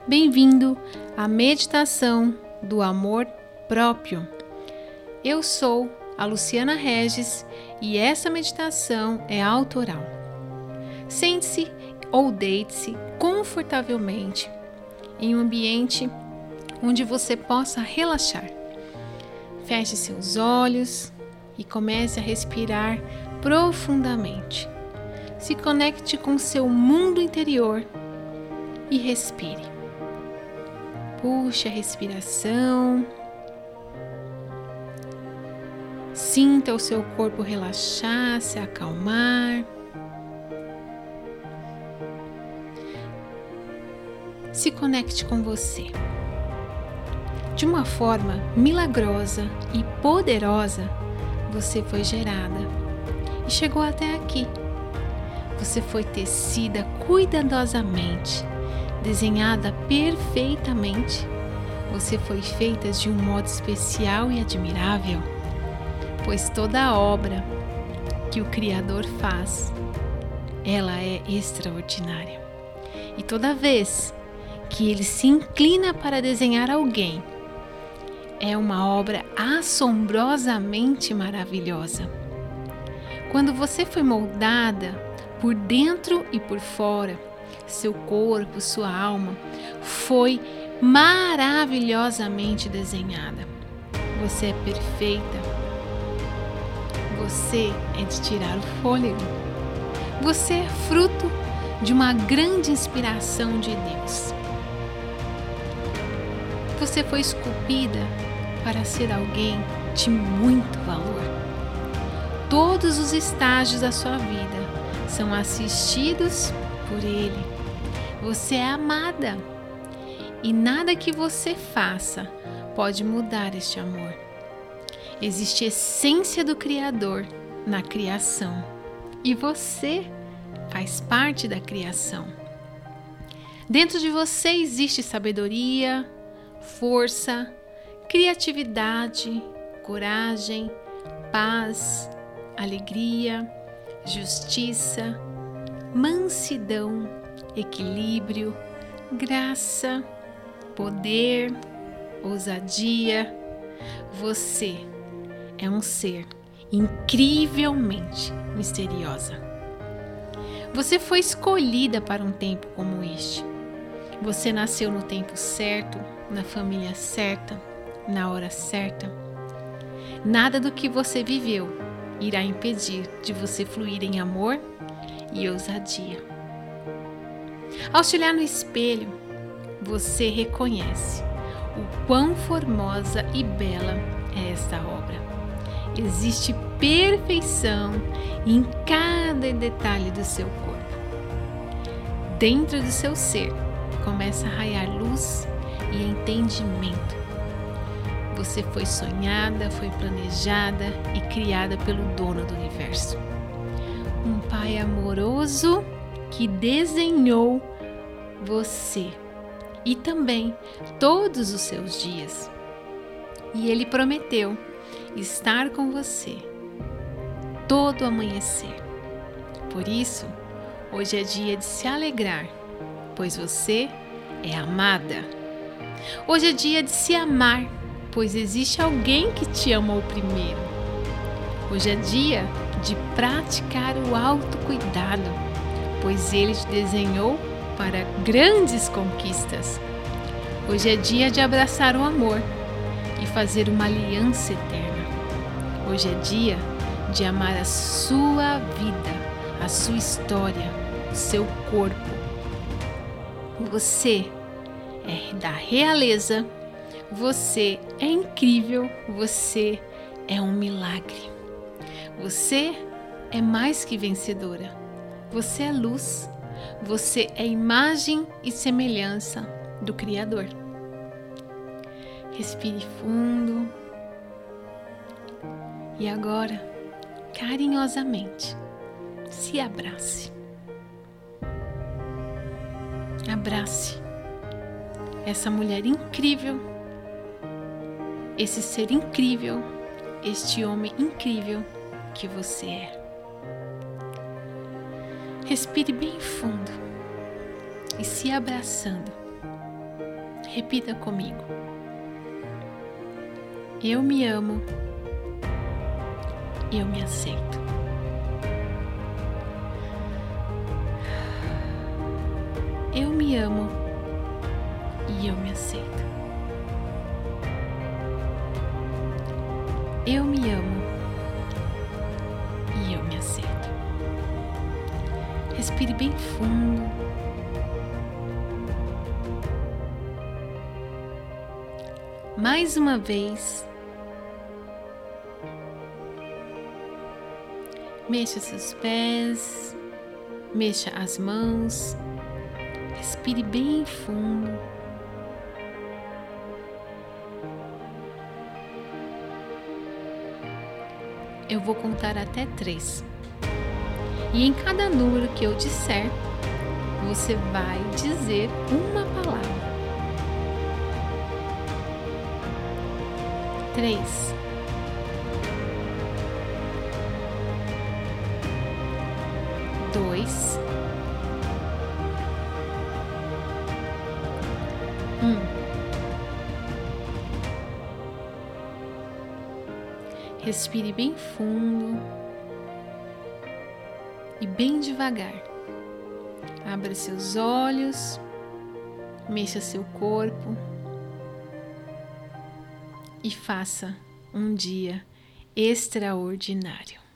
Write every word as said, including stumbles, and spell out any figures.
Bem-vindo à meditação do amor próprio. Eu sou a Luciana Regis e essa meditação é autoral. Sente-se ou deite-se confortavelmente em um ambiente onde você possa relaxar. Feche seus olhos e comece a respirar profundamente. Se conecte com seu mundo interior e respire. Puxe a respiração. Sinta o seu corpo relaxar, se acalmar. Se conecte com você. De uma forma milagrosa e poderosa, você foi gerada e chegou até aqui. Você foi tecida cuidadosamente, desenhada perfeitamente. Você foi feita de um modo especial e admirável, pois toda obra que o Criador faz, ela é extraordinária. E toda vez que Ele se inclina para desenhar alguém, é uma obra assombrosamente maravilhosa. Quando você foi moldada por dentro e por fora, seu corpo, sua alma foi maravilhosamente desenhada. Você é perfeita. Você é de tirar o fôlego. Você é fruto de uma grande inspiração de Deus. Você foi esculpida para ser alguém de muito valor. Todos os estágios da sua vida são assistidos por Ele. Você é amada e nada que você faça pode mudar este amor. Existe a essência do Criador na criação e você faz parte da criação. Dentro de você existe sabedoria, força, criatividade, coragem, paz, alegria, justiça, mansidão, equilíbrio, graça, poder, ousadia. Você é um ser incrivelmente misteriosa. Você foi escolhida para um tempo como este. Você nasceu no tempo certo, na família certa, na hora certa. Nada do que você viveu irá impedir de você fluir em amor e ousadia. Ao se olhar no espelho, você reconhece o quão formosa e bela é esta obra. Existe perfeição em cada detalhe do seu corpo. Dentro do seu ser começa a raiar luz e entendimento. Você foi sonhada, foi planejada e criada pelo dono do universo. Um Pai amoroso que desenhou você e também todos os seus dias. E Ele prometeu estar com você todo amanhecer. Por isso, hoje é dia de se alegrar, pois você é amada. Hoje é dia de se amar, pois existe alguém que te amou primeiro. Hoje é dia de praticar o autocuidado, pois Ele te desenhou para grandes conquistas. Hoje é dia de abraçar o amor e fazer uma aliança eterna. Hoje é dia de amar a sua vida, a sua história, o seu corpo. Você é da realeza, você é incrível, você é um milagre. Você é mais que vencedora. Você é luz. Você é imagem e semelhança do Criador. Respire fundo. E agora, carinhosamente, se abrace. Abrace essa mulher incrível, esse ser incrível, este homem incrível que você é. Respire bem fundo e se abraçando. Repita comigo. Eu me amo. Eu me aceito. Eu me amo e eu me aceito. Eu me amo e eu me aceito. Respire bem fundo. Mais uma vez. Mexa seus pés, mexa as mãos. Respire bem fundo. Eu vou contar até três. E em cada número que eu disser, você vai dizer uma palavra. Três. Dois. Um. Respire bem fundo e bem devagar. Abra seus olhos, mexa seu corpo e faça um dia extraordinário.